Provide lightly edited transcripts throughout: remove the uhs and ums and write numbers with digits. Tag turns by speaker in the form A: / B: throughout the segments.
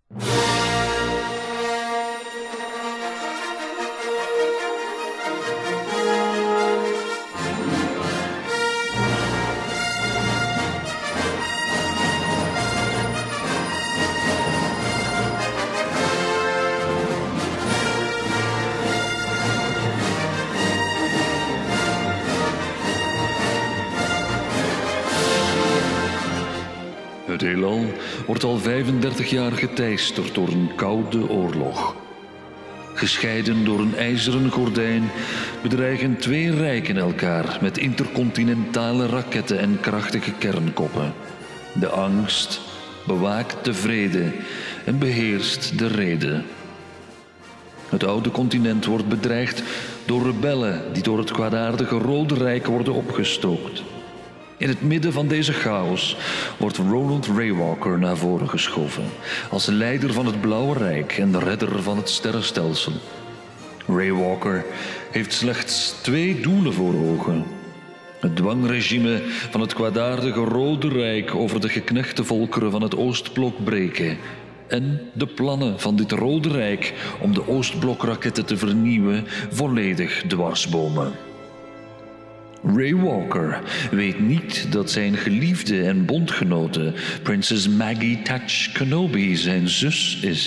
A: Het heelal wordt al 35 jaar geteisterd door een koude oorlog. Gescheiden door een ijzeren gordijn bedreigen twee rijken elkaar met intercontinentale raketten en krachtige kernkoppen. De angst bewaakt de vrede en beheerst de rede. Het oude continent wordt bedreigd door rebellen die door het kwaadaardige Rode Rijk worden opgestookt. In het midden van deze chaos wordt Ronald Raywalker naar voren geschoven als leider van het Blauwe Rijk en de redder van het sterrenstelsel. Raywalker heeft slechts twee doelen voor ogen: het dwangregime van het kwaadaardige Rode Rijk over de geknechte volkeren van het Oostblok breken en de plannen van dit Rode Rijk om de Oostblokraketten te vernieuwen volledig dwarsbomen. Raywalker weet niet dat zijn geliefde en bondgenote, prinses Maggie Touch Kenobi, zijn zus is.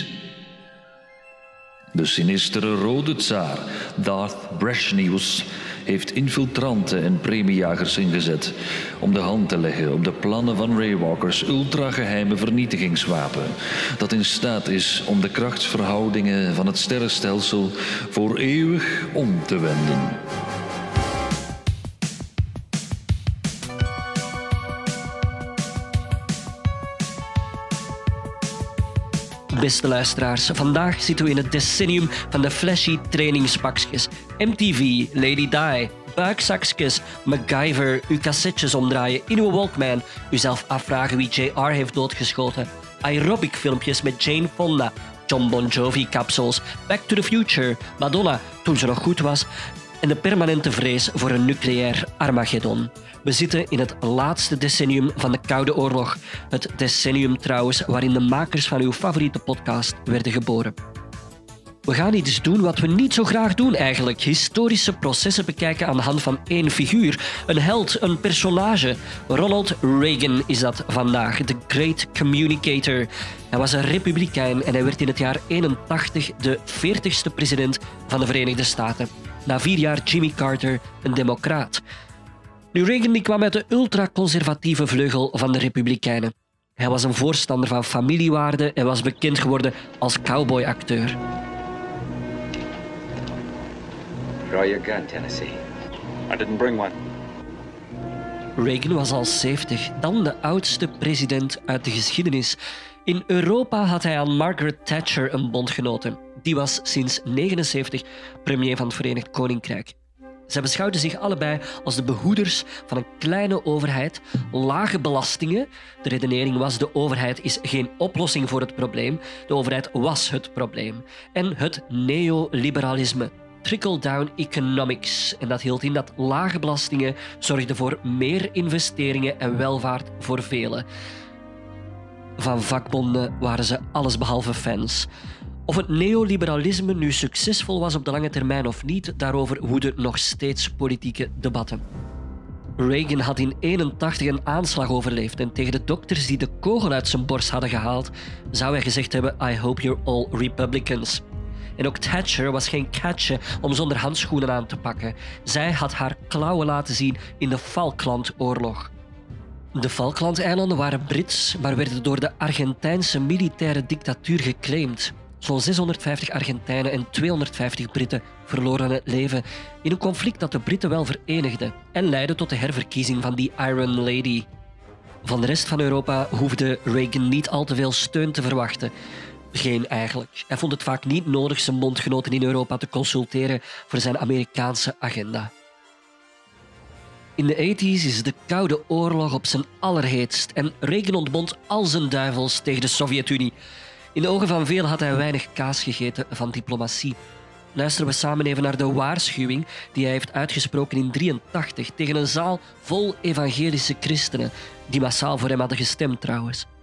A: De sinistere rode tsaar, Darth Brezhnev, heeft infiltranten en premiejagers ingezet om de hand te leggen op de plannen van Raywalkers ultrageheime vernietigingswapen, dat in staat is om de krachtsverhoudingen van het sterrenstelsel voor eeuwig om te wenden.
B: Beste luisteraars, vandaag zitten we in het decennium van de flashy trainingspakjes. MTV, Lady Di, buikzakjes, MacGyver, uw cassettes omdraaien in uw Walkman, uzelf afvragen wie JR heeft doodgeschoten, aerobic filmpjes met Jane Fonda, John Bon Jovi capsules, Back to the Future, Madonna toen ze nog goed was en de permanente vrees voor een nucleair Armageddon. We zitten in het laatste decennium van de Koude Oorlog. Het decennium trouwens waarin de makers van uw favoriete podcast werden geboren. We gaan iets doen wat we niet zo graag doen eigenlijk. Historische processen bekijken aan de hand van één figuur. Een held, een personage. Ronald Reagan is dat vandaag, de Great Communicator. Hij was een republikein en hij werd in het jaar 81 de 40ste president van de Verenigde Staten. Na 4 jaar Jimmy Carter, een democraat. Nu, Reagan kwam uit de ultraconservatieve vleugel van de Republikeinen. Hij was een voorstander van familiewaarden en was bekend geworden als cowboyacteur.
C: Draw your gun, Tennessee. I didn't bring one.
B: Reagan was al 70, dan de oudste president uit de geschiedenis. In Europa had hij aan Margaret Thatcher een bondgenote. Die was sinds 1979 premier van het Verenigd Koninkrijk. Zij beschouwden zich allebei als de behoeders van een kleine overheid, lage belastingen. De redenering was: de overheid is geen oplossing voor het probleem. De overheid was het probleem. En het neoliberalisme. Trickle-down economics. En dat hield in dat lage belastingen zorgden voor meer investeringen en welvaart voor velen. Van vakbonden waren ze allesbehalve fans. Of het neoliberalisme nu succesvol was op de lange termijn of niet, daarover woeden nog steeds politieke debatten. Reagan had in 1981 een aanslag overleefd en tegen de dokters die de kogel uit zijn borst hadden gehaald, zou hij gezegd hebben: I hope you're all Republicans. En ook Thatcher was geen katje om zonder handschoenen aan te pakken. Zij had haar klauwen laten zien in de Falklandoorlog. De Falklandeilanden waren Brits, maar werden door de Argentijnse militaire dictatuur geclaimd. Zo'n 650 Argentijnen en 250 Britten verloren het leven in een conflict dat de Britten wel verenigde en leidde tot de herverkiezing van die Iron Lady. Van de rest van Europa hoefde Reagan niet al te veel steun te verwachten. Geen eigenlijk. Hij vond het vaak niet nodig zijn bondgenoten in Europa te consulteren voor zijn Amerikaanse agenda. In de 80's is de Koude Oorlog op zijn allerheetst en Reagan ontbond al zijn duivels tegen de Sovjet-Unie. In de ogen van velen had hij weinig kaas gegeten van diplomatie. Luisteren we samen even naar de waarschuwing die hij heeft uitgesproken in 1983 tegen een zaal vol evangelische christenen, die massaal voor hem hadden gestemd trouwens.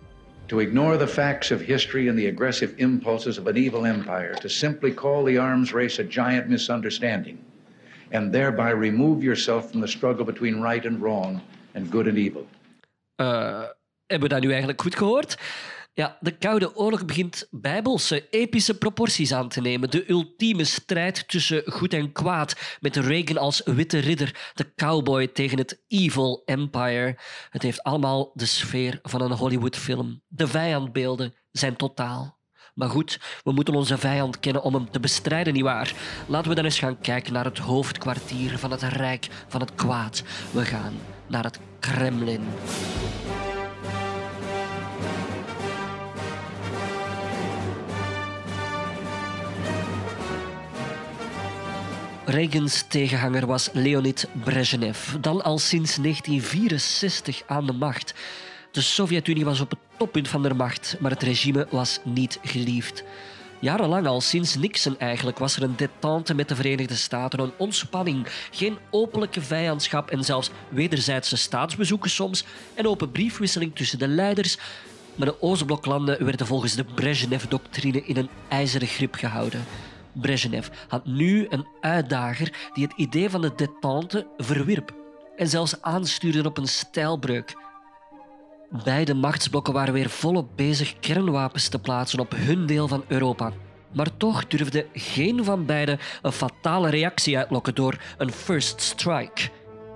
D: To ignore the facts of history and the aggressive impulses of an evil empire, to simply call the arms race a giant misunderstanding, and thereby remove yourself from the struggle between right and wrong and good and evil.
B: Hebben we dat nu eigenlijk goed gehoord? Ja, de Koude Oorlog begint bijbelse, epische proporties aan te nemen. De ultieme strijd tussen goed en kwaad, met Reagan als witte ridder, de cowboy tegen het evil empire. Het heeft allemaal de sfeer van een Hollywoodfilm. De vijandbeelden zijn totaal. Maar goed, we moeten onze vijand kennen om hem te bestrijden, nietwaar? Laten we dan eens gaan kijken naar het hoofdkwartier van het Rijk van het Kwaad. We gaan naar het Kremlin. Reagans tegenhanger was Leonid Brezhnev, dan al sinds 1964 aan de macht. De Sovjet-Unie was op het toppunt van de macht, maar het regime was niet geliefd. Jarenlang al, sinds Nixon eigenlijk, was er een détente met de Verenigde Staten, een ontspanning, geen openlijke vijandschap en zelfs wederzijdse staatsbezoeken soms en open briefwisseling tussen de leiders. Maar de Oostbloklanden werden volgens de Brezhnev-doctrine in een ijzeren grip gehouden. Brezhnev had nu een uitdager die het idee van de détente verwierp en zelfs aanstuurde op een stijlbreuk. Beide machtsblokken waren weer volop bezig kernwapens te plaatsen op hun deel van Europa. Maar toch durfde geen van beiden een fatale reactie uitlokken door een first strike.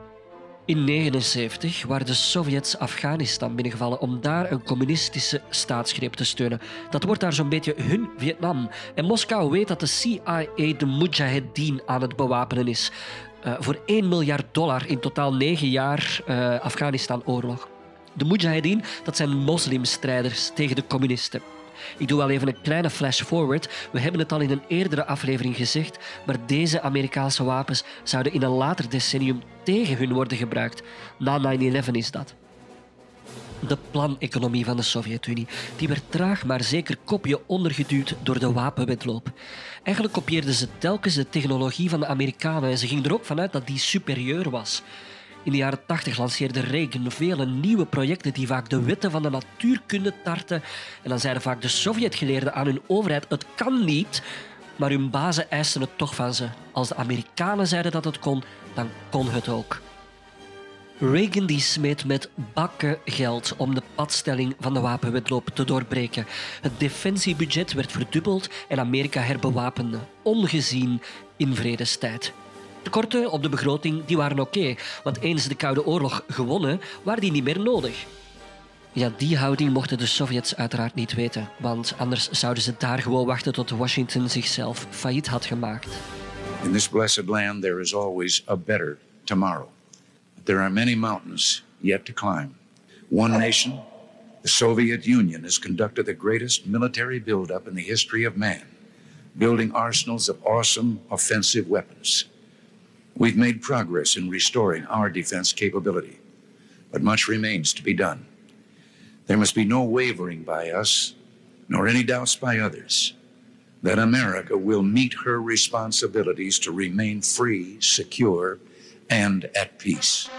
B: In 1979 waren de Sovjets Afghanistan binnengevallen om daar een communistische staatsgreep te steunen. Dat wordt daar zo'n beetje hun Vietnam. En Moskou weet dat de CIA de Mujahedin aan het bewapenen is. Voor $1 miljard in totaal 9 jaar Afghanistan-oorlog. De Mujahedin, dat zijn moslimstrijders tegen de communisten. Ik doe wel even een kleine flash-forward. We hebben het al in een eerdere aflevering gezegd, maar deze Amerikaanse wapens zouden in een later decennium tegen hun worden gebruikt. Na 9/11 is dat. De planeconomie van de Sovjet-Unie die werd traag maar zeker kopje ondergeduwd door de wapenwedloop. Eigenlijk kopieerden ze telkens de technologie van de Amerikanen en ze gingen er ook vanuit dat die superieur was. In de jaren 80 lanceerde Reagan vele nieuwe projecten die vaak de wetten van de natuurkunde tarten. En dan zeiden vaak de Sovjetgeleerden aan hun overheid: het kan niet, maar hun bazen eisten het toch van ze. Als de Amerikanen zeiden dat het kon, dan kon het ook. Reagan die smeet met bakken geld om de padstelling van de wapenwedloop te doorbreken. Het defensiebudget werd verdubbeld en Amerika herbewapende, ongezien in vredestijd. Tekorten op de begroting die waren oké, want eens de Koude Oorlog gewonnen, waren die niet meer nodig. Ja, die houding mochten de Sovjets uiteraard niet weten, want anders zouden ze daar gewoon wachten tot Washington zichzelf failliet had gemaakt.
D: In this blessed land there is always a better tomorrow. There are many mountains yet to climb. One nation, the Soviet Union, has conducted the greatest military buildup in the history of man, building arsenals of awesome offensive weapons. We've made progress in restoring our defense capability, but much remains to be done. There must be no wavering by us, nor any doubts by others, that America will meet her responsibilities to remain free, secure, and at peace.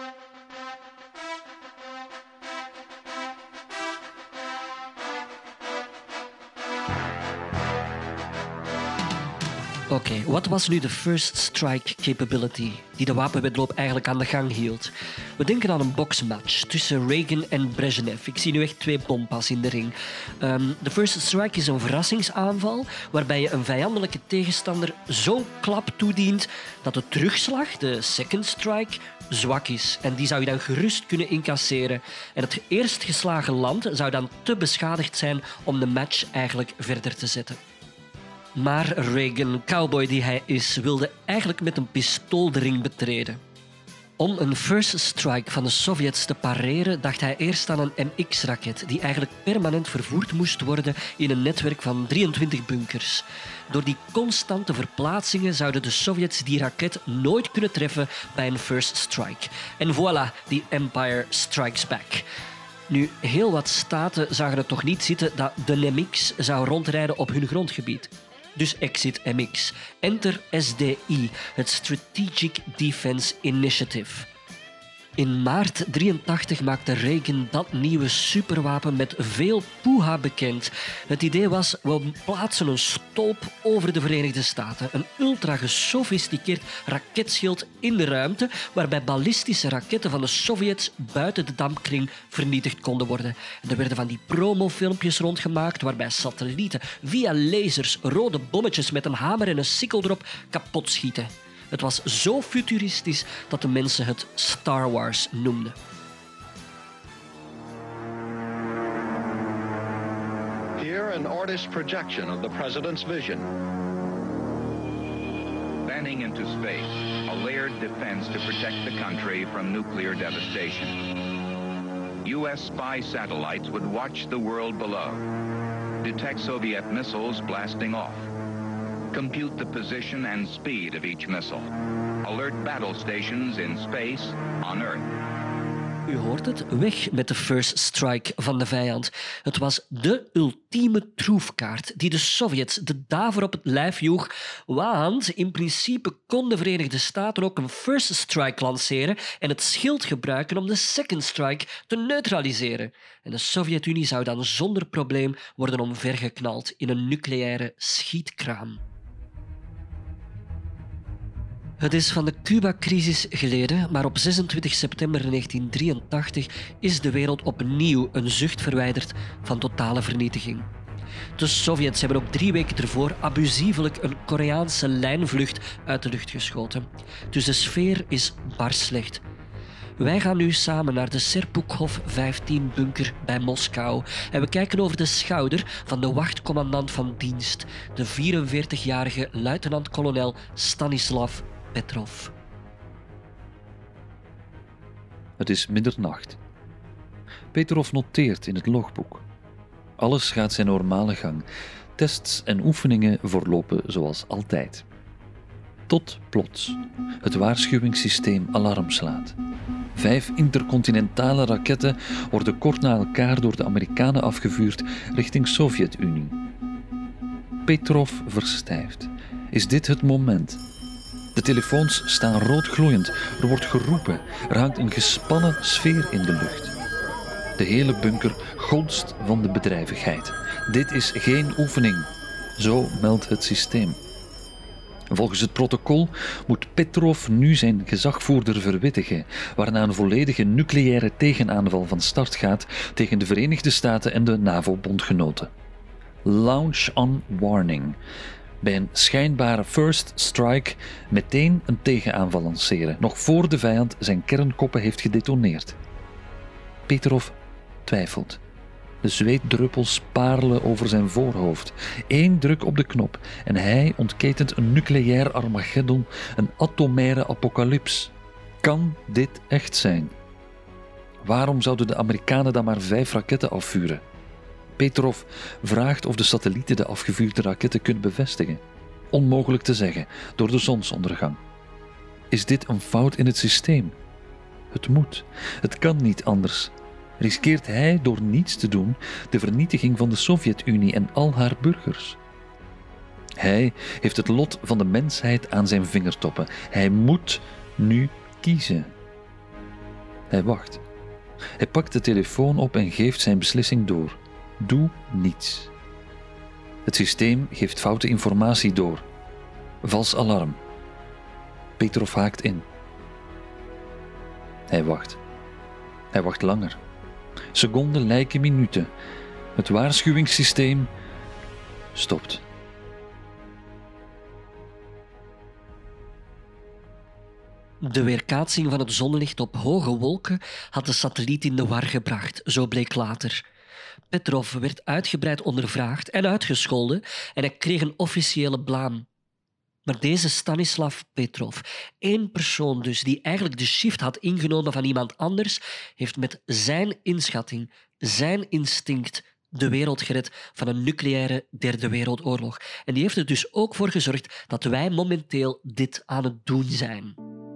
B: Oké, wat was nu de first strike capability die de wapenwedloop eigenlijk aan de gang hield? We denken aan een boxmatch tussen Reagan en Brezhnev. Ik zie nu echt 2 bompas in de ring. De first strike is een verrassingsaanval waarbij je een vijandelijke tegenstander zo'n klap toedient dat de terugslag, de second strike, zwak is. En die zou je dan gerust kunnen incasseren. En het eerst geslagen land zou dan te beschadigd zijn om de match eigenlijk verder te zetten. Maar Reagan, cowboy die hij is, wilde eigenlijk met een pistool de ring betreden. Om een first strike van de Sovjets te pareren, dacht hij eerst aan een MX-raket die eigenlijk permanent vervoerd moest worden in een netwerk van 23 bunkers. Door die constante verplaatsingen zouden de Sovjets die raket nooit kunnen treffen bij een first strike. En voilà, die Empire strikes back. Nu, heel wat staten zagen het toch niet zitten dat de MX zou rondrijden op hun grondgebied. Dus exit MX. Enter SDI, het Strategic Defense Initiative. In maart 1983 maakte Reagan dat nieuwe superwapen met veel poeha bekend. Het idee was, we plaatsen een stolp over de Verenigde Staten. Een ultra gesofisticeerd raketschild in de ruimte, waarbij ballistische raketten van de Sovjets buiten de dampkring vernietigd konden worden. En er werden van die promofilmpjes rondgemaakt, waarbij satellieten via lasers rode bommetjes met een hamer en een sikkel erop kapot schieten. Het was zo futuristisch dat de mensen het Star Wars noemden.
E: Here, an artist's projection of the president's vision.
F: Banning into space, a layered defense to protect the country from nuclear devastation. U.S. spy satellites would watch the world below, detect Soviet missiles blasting off, compute the position and speed of each missile, alert battle stations in space, on Earth.
B: U hoort het, weg met de first strike van de vijand. Het was de ultieme troefkaart die de Sovjets de daver op het lijf joeg, want in principe kon de Verenigde Staten ook een first strike lanceren en het schild gebruiken om de second strike te neutraliseren. En de Sovjet-Unie zou dan zonder probleem worden omvergeknald in een nucleaire schietkraam. Het is van de Cuba-crisis geleden, maar op 26 september 1983 is de wereld opnieuw een zucht verwijderd van totale vernietiging. De Sovjets hebben ook 3 weken ervoor abusievelijk een Koreaanse lijnvlucht uit de lucht geschoten. Dus de sfeer is bar slecht. Wij gaan nu samen naar de Serpukhov 15-bunker bij Moskou en we kijken over de schouder van de wachtcommandant van dienst, de 44-jarige luitenant-kolonel Stanislav Petrov.
A: Het is middernacht. Petrov noteert in het logboek. Alles gaat zijn normale gang. Tests en oefeningen verlopen zoals altijd. Tot plots het waarschuwingssysteem alarm slaat. 5 intercontinentale raketten worden kort na elkaar door de Amerikanen afgevuurd richting Sovjet-Unie. Petrov verstijft. Is dit het moment? De telefoons staan rood gloeiend. Er wordt geroepen. Er hangt een gespannen sfeer in de lucht. De hele bunker gonst van de bedrijvigheid. Dit is geen oefening. Zo meldt het systeem. Volgens het protocol moet Petrov nu zijn gezagvoerder verwittigen, waarna een volledige nucleaire tegenaanval van start gaat tegen de Verenigde Staten en de NAVO-bondgenoten. Launch on warning. Bij een schijnbare first strike meteen een tegenaanval lanceren, nog voor de vijand zijn kernkoppen heeft gedetoneerd. Petrov twijfelt. De zweetdruppels parelen over zijn voorhoofd. 1 druk op de knop en hij ontketent een nucleair Armageddon, een atomaire apocalyps. Kan dit echt zijn? Waarom zouden de Amerikanen dan maar 5 raketten afvuren? Petrov vraagt of de satellieten de afgevuurde raketten kunnen bevestigen. Onmogelijk te zeggen, door de zonsondergang. Is dit een fout in het systeem? Het moet. Het kan niet anders. Riskeert hij door niets te doen de vernietiging van de Sovjet-Unie en al haar burgers? Hij heeft het lot van de mensheid aan zijn vingertoppen. Hij moet nu kiezen. Hij wacht. Hij pakt de telefoon op en geeft zijn beslissing door. Doe niets. Het systeem geeft foute informatie door. Vals alarm. Petrov haakt in. Hij wacht. Hij wacht langer. Seconden lijken minuten. Het waarschuwingssysteem stopt.
B: De weerkaatsing van het zonnelicht op hoge wolken had de satelliet in de war gebracht, zo bleek later. Petrov werd uitgebreid ondervraagd en uitgescholden en hij kreeg een officiële blaam. Maar deze Stanislav Petrov, 1 persoon dus die eigenlijk de shift had ingenomen van iemand anders, heeft met zijn inschatting, zijn instinct de wereld gered van een nucleaire 3e wereldoorlog. En die heeft er dus ook voor gezorgd dat wij momenteel dit aan het doen zijn.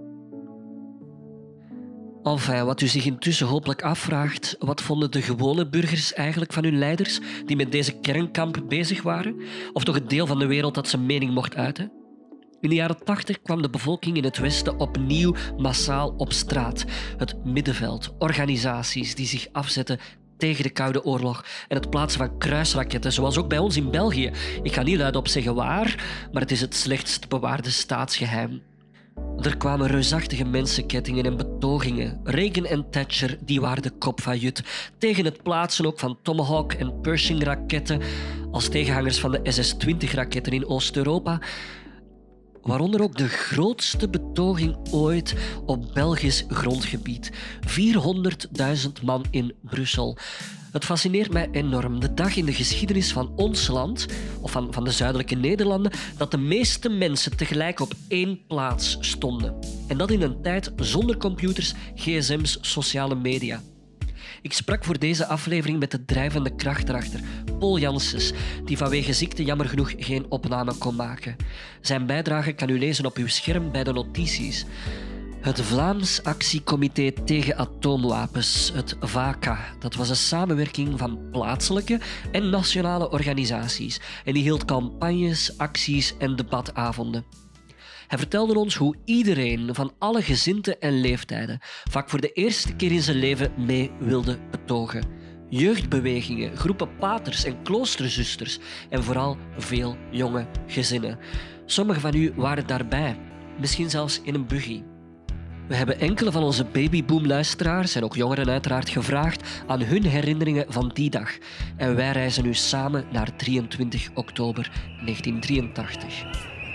B: Enfin, wat u zich intussen hopelijk afvraagt, wat vonden de gewone burgers eigenlijk van hun leiders die met deze kernkamp bezig waren? Of toch het deel van de wereld dat zijn mening mocht uiten? In de jaren 80 kwam de bevolking in het Westen opnieuw massaal op straat. Het middenveld, organisaties die zich afzetten tegen de Koude Oorlog en het plaatsen van kruisraketten, zoals ook bij ons in België. Ik ga niet luidop zeggen waar, maar het is het slechtst bewaarde staatsgeheim. Er kwamen reusachtige mensenkettingen en betogingen. Reagan en Thatcher die waren de kop van Jut. Tegen het plaatsen ook van Tomahawk en Pershing-raketten als tegenhangers van de SS-20-raketten in Oost-Europa. Waaronder ook de grootste betoging ooit op Belgisch grondgebied. 400.000 man in Brussel. Het fascineert mij enorm, de dag in de geschiedenis van ons land, of van de zuidelijke Nederlanden, dat de meeste mensen tegelijk op één plaats stonden. En dat in een tijd zonder computers, gsm's, sociale media. Ik sprak voor deze aflevering met de drijvende kracht erachter, Paul Janssens, die vanwege ziekte jammer genoeg geen opname kon maken. Zijn bijdrage kan u lezen op uw scherm bij de notities. Het Vlaams Actiecomité tegen Atoomwapens, het VACA, dat was een samenwerking van plaatselijke en nationale organisaties. En die hield campagnes, acties en debatavonden. Hij vertelde ons hoe iedereen van alle gezindten en leeftijden vaak voor de eerste keer in zijn leven mee wilde betogen. Jeugdbewegingen, groepen paters en kloosterzusters en vooral veel jonge gezinnen. Sommigen van u waren daarbij, misschien zelfs in een buggy. We hebben enkele van onze babyboom-luisteraars en ook jongeren uiteraard gevraagd aan hun herinneringen van die dag. En wij reizen nu samen naar 23 oktober 1983.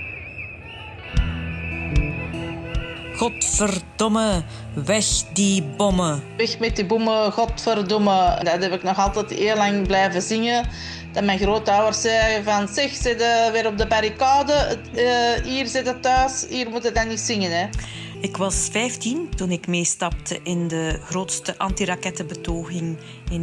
G: Godverdomme, weg die bommen.
H: Weg met die bommen, godverdomme. Dat heb ik nog altijd heel lang blijven zingen. Dat mijn grootouders zeiden van, zeg, zit weer op de barricade. Hier zit het thuis, hier moet je dan niet zingen. Hè.
G: Ik was 15 toen ik meestapte in de grootste antirakettenbetoging in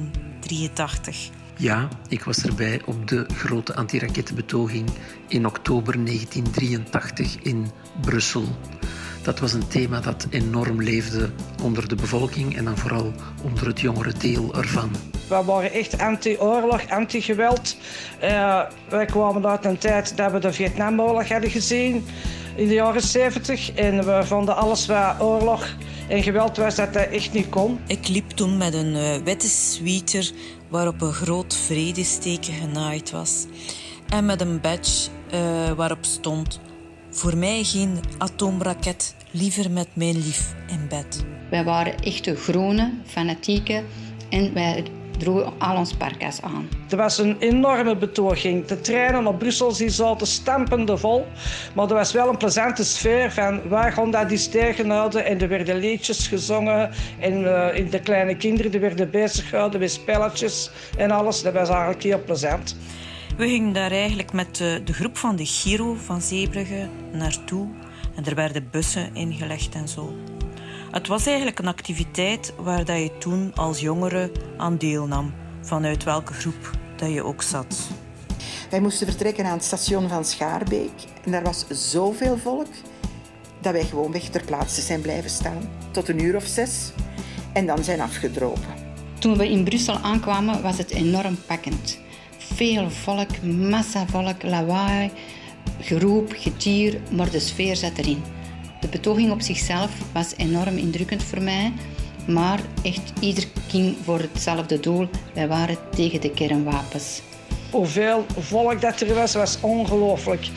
G: 1983.
I: Ja, ik was erbij op de grote antirakettenbetoging in oktober 1983 in Brussel. Dat was een thema dat enorm leefde onder de bevolking en dan vooral onder het jongere deel ervan.
J: We waren echt anti-oorlog, anti-geweld. Wij kwamen uit een tijd dat we de Vietnamoorlog hadden gezien in de jaren 70. En we vonden alles wat oorlog en geweld was, dat echt niet kon.
G: Ik liep toen met een witte sweater waarop een groot vredesteken genaaid was. En met een badge waarop stond: voor mij geen atoomraket, liever met mijn lief in bed.
K: Wij waren echte groene, fanatieken en wij droegen al ons parkas aan.
J: Er was een enorme betoging. De treinen op Brussel die zaten stampende vol. Maar er was wel een plezante sfeer van wij gaan dat eens tegenhouden. En er werden liedjes gezongen. En de kleine kinderen die werden bezig gehouden met spelletjes en alles. Dat was eigenlijk heel plezant.
G: We gingen daar eigenlijk met de groep van de Giro van Zeebrugge naartoe. En er werden bussen ingelegd en zo. Het was eigenlijk een activiteit waar dat je toen als jongere aan deelnam. Vanuit welke groep dat je ook zat.
L: Wij moesten vertrekken aan het station van Schaarbeek. En daar was zoveel volk dat wij gewoonweg ter plaatse zijn blijven staan. Tot 6:00 en dan zijn afgedropen.
K: Toen we in Brussel aankwamen was het enorm pakkend. Veel volk, massa volk, lawaai, geroep, getier, maar de sfeer zat erin. De betoging op zichzelf was enorm indrukkend voor mij, maar echt ieder ging voor hetzelfde doel. Wij waren tegen de kernwapens.
J: Hoeveel volk dat er was ongelooflijk.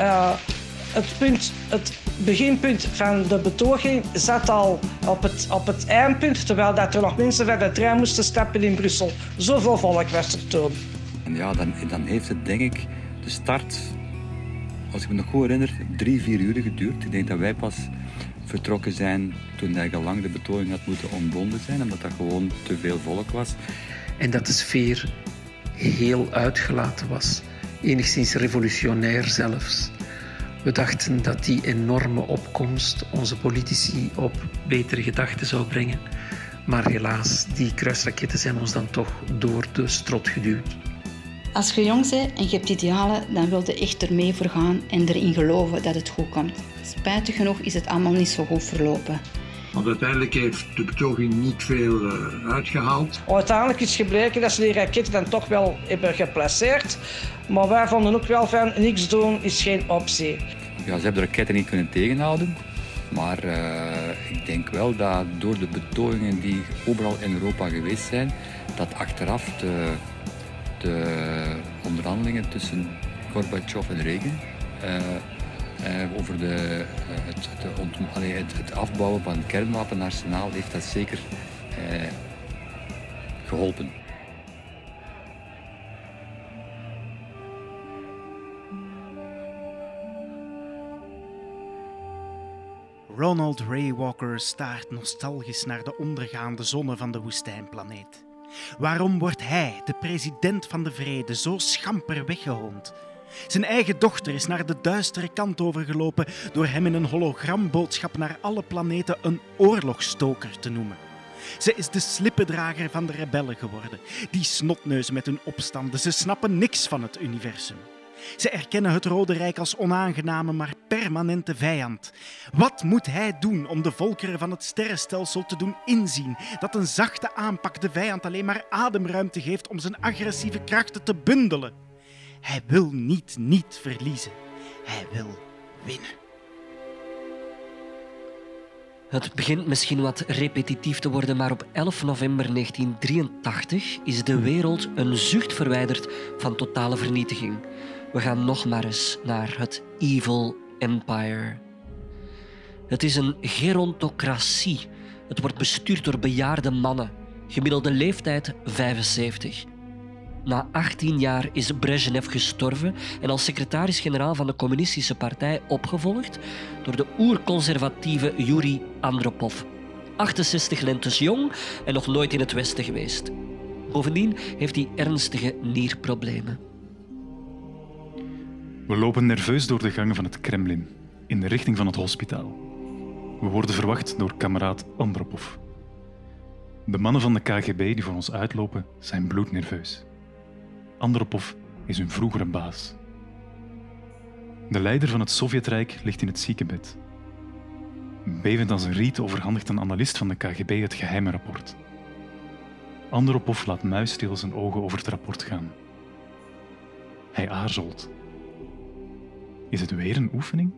J: Het beginpunt van de betoging zat al op het eindpunt, terwijl dat er nog mensen van de trein moesten stappen in Brussel. Zoveel volk was er toen.
M: En ja, dan heeft het denk ik de start, als ik me nog goed herinner, 3-4 uur geduurd. Ik denk dat wij pas vertrokken zijn toen eigenlijk al lang de betoging had moeten ontbonden zijn, omdat dat gewoon te veel volk was.
I: En dat de sfeer heel uitgelaten was, enigszins revolutionair zelfs. We dachten dat die enorme opkomst onze politici op betere gedachten zou brengen. Maar helaas, die kruisraketten zijn ons dan toch door de strot geduwd.
K: Als je jong bent en je hebt idealen, dan wil je echt er mee voor gaan en erin geloven dat het goed komt. Spijtig genoeg is het allemaal niet zo goed verlopen.
N: Want uiteindelijk heeft de betoging niet veel uitgehaald.
J: Uiteindelijk is gebleken dat ze die raketten dan toch wel hebben geplaceerd. Maar wij vonden ook wel van niks doen is geen optie.
M: Ja, ze hebben de raketten niet kunnen tegenhouden. Maar ik denk wel dat door de betogingen die overal in Europa geweest zijn, dat achteraf de onderhandelingen tussen Gorbachev en Reagan over het afbouwen van het kernwapenarsenaal heeft dat zeker geholpen.
O: Ronald Ray Walker staart nostalgisch naar de ondergaande zonne van de woestijnplaneet. Waarom wordt hij, de president van de vrede, zo schamper weggehoond? Zijn eigen dochter is naar de duistere kant overgelopen door hem in een hologramboodschap naar alle planeten een oorlogstoker te noemen. Ze is de slippendrager van de rebellen geworden, die snotneuzen met hun opstanden. Ze snappen niks van het universum. Ze erkennen het Rode Rijk als onaangename, maar permanente vijand. Wat moet hij doen om de volkeren van het sterrenstelsel te doen inzien dat een zachte aanpak de vijand alleen maar ademruimte geeft om zijn agressieve krachten te bundelen? Hij wil niet verliezen. Hij wil winnen.
B: Het begint misschien wat repetitief te worden, maar op 11 november 1983 is de wereld een zucht verwijderd van totale vernietiging. We gaan nog maar eens naar het Evil Empire. Het is een gerontocratie. Het wordt bestuurd door bejaarde mannen. Gemiddelde leeftijd 75. Na 18 jaar is Brezhnev gestorven en als secretaris-generaal van de Communistische Partij opgevolgd door de oerconservatieve Yuri Andropov. 68 lentes jong en nog nooit in het Westen geweest. Bovendien heeft hij ernstige nierproblemen.
P: We lopen nerveus door de gangen van het Kremlin, in de richting van het hospitaal. We worden verwacht door kameraad Andropov. De mannen van de KGB die voor ons uitlopen zijn bloednerveus. Andropov is hun vroegere baas. De leider van het Sovjetrijk ligt in het ziekenbed. Bevend als een riet overhandigt een analist van de KGB het geheime rapport. Andropov laat muisstil zijn ogen over het rapport gaan. Hij aarzelt. Is het weer een oefening?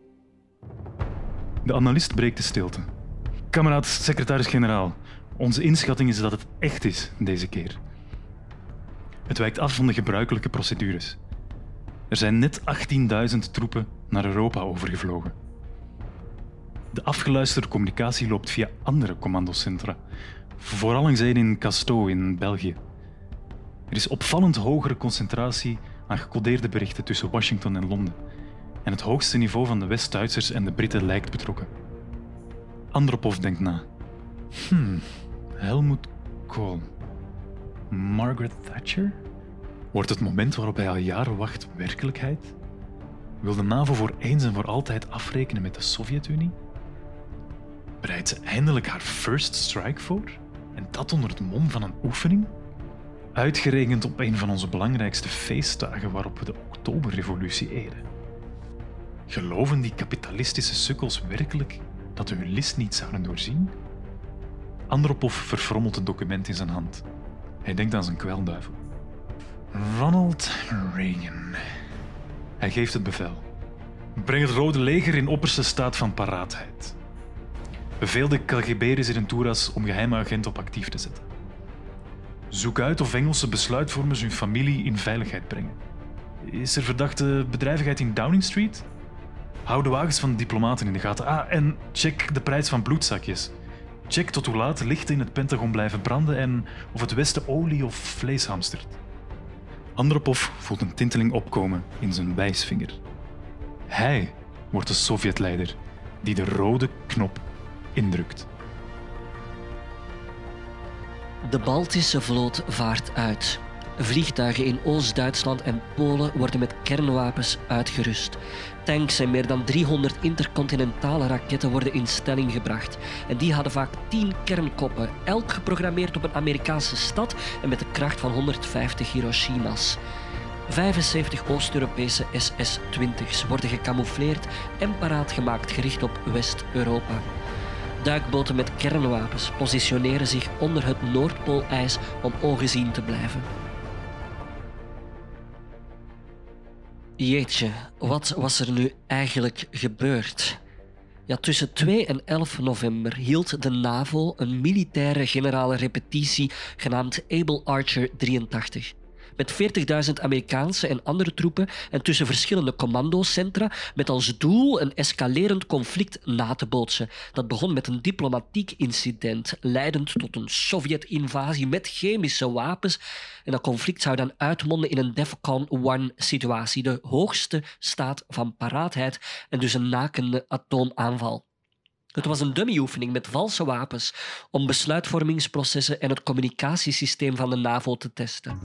P: De analist breekt de stilte. Kameraad secretaris-generaal, onze inschatting is dat het echt is deze keer. Het wijkt af van de gebruikelijke procedures. Er zijn net 18.000 troepen naar Europa overgevlogen. De afgeluisterde communicatie loopt via andere commandocentra, vooral in Casteau in België. Er is opvallend hogere concentratie aan gecodeerde berichten tussen Washington en Londen. En het hoogste niveau van de West-Duitsers en de Britten lijkt betrokken. Andropov denkt na. Helmut Kohl. Margaret Thatcher? Wordt het moment waarop hij al jaren wacht werkelijkheid? Wil de NAVO voor eens en voor altijd afrekenen met de Sovjet-Unie? Bereidt ze eindelijk haar first strike voor? En dat onder het mom van een oefening? Uitgerekend op een van onze belangrijkste feestdagen waarop we de Oktoberrevolutie eren. Geloven die kapitalistische sukkels werkelijk dat we hun list niet zouden doorzien? Andropov verfrommelt het document in zijn hand. Hij denkt aan zijn kwelduivel. Ronald Reagan. Hij geeft het bevel. Breng het Rode Leger in opperste staat van paraatheid. Beveel de KGB-residenturas om geheime agenten op actief te zetten. Zoek uit of Engelse besluitvormers hun familie in veiligheid brengen. Is er verdachte bedrijvigheid in Downing Street? Hou de wagens van de diplomaten in de gaten. En check de prijs van bloedzakjes. Check tot hoe laat lichten in het Pentagon blijven branden en of het Westen olie of vlees hamstert. Andropov voelt een tinteling opkomen in zijn wijsvinger. Hij wordt de Sovjetleider die de rode knop indrukt.
B: De Baltische vloot vaart uit. Vliegtuigen in Oost-Duitsland en Polen worden met kernwapens uitgerust. Tanks en meer dan 300 intercontinentale raketten worden in stelling gebracht. En die hadden vaak 10 kernkoppen, elk geprogrammeerd op een Amerikaanse stad en met de kracht van 150 Hiroshima's. 75 Oost-Europese SS-20's worden gecamoufleerd en paraat gemaakt gericht op West-Europa. Duikboten met kernwapens positioneren zich onder het Noordpoolijs om ongezien te blijven. Jeetje, wat was er nu eigenlijk gebeurd? Ja, tussen 2 en 11 november hield de NAVO een militaire generale repetitie genaamd Able Archer 83. Met 40.000 Amerikaanse en andere troepen en tussen verschillende commandocentra met als doel een escalerend conflict na te bootsen. Dat begon met een diplomatiek incident, leidend tot een Sovjet-invasie met chemische wapens. En dat conflict zou dan uitmonden in een DEFCON 1-situatie, de hoogste staat van paraatheid en dus een nakende atoomaanval. Het was een dummyoefening met valse wapens om besluitvormingsprocessen en het communicatiesysteem van de NAVO te testen.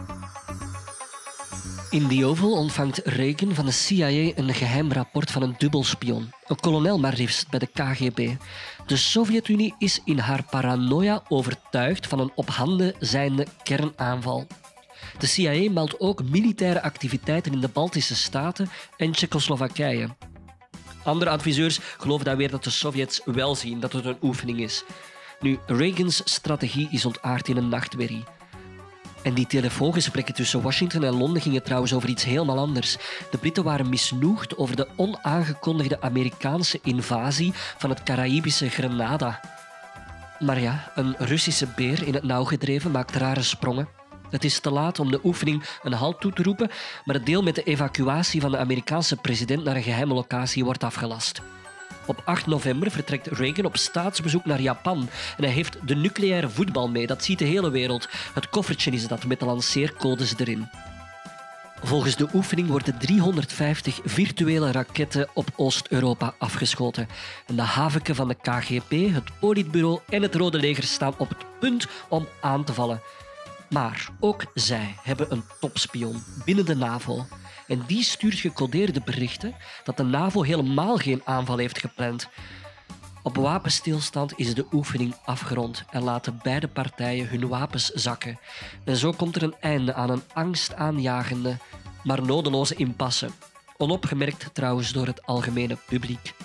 B: In The Oval ontvangt Reagan van de CIA een geheim rapport van een dubbelspion, een kolonel maar liefst bij de KGB. De Sovjet-Unie is in haar paranoia overtuigd van een op handen zijnde kernaanval. De CIA meldt ook militaire activiteiten in de Baltische Staten en Tsjechoslowakije. Andere adviseurs geloven dan weer dat de Sovjets wel zien dat het een oefening is. Nu, Reagans strategie is ontaard in een nachtmerrie. En die telefoongesprekken tussen Washington en Londen gingen trouwens over iets helemaal anders. De Britten waren misnoegd over de onaangekondigde Amerikaanse invasie van het Caraïbische Grenada. Maar ja, een Russische beer in het nauw gedreven maakt rare sprongen. Het is te laat om de oefening een halt toe te roepen, maar het deel met de evacuatie van de Amerikaanse president naar een geheime locatie wordt afgelast. Op 8 november vertrekt Reagan op staatsbezoek naar Japan en hij heeft de nucleaire voetbal mee. Dat ziet de hele wereld. Het koffertje is dat met de lanceercodes erin. Volgens de oefening worden 350 virtuele raketten op Oost-Europa afgeschoten. En de havenken van de KGB, het Politbureau en het Rode Leger staan op het punt om aan te vallen. Maar ook zij hebben een topspion binnen de NAVO. En die stuurt gecodeerde berichten dat de NAVO helemaal geen aanval heeft gepland. Op wapenstilstand is de oefening afgerond en laten beide partijen hun wapens zakken. En zo komt er een einde aan een angstaanjagende, maar nodeloze impasse. Onopgemerkt trouwens door het algemene publiek.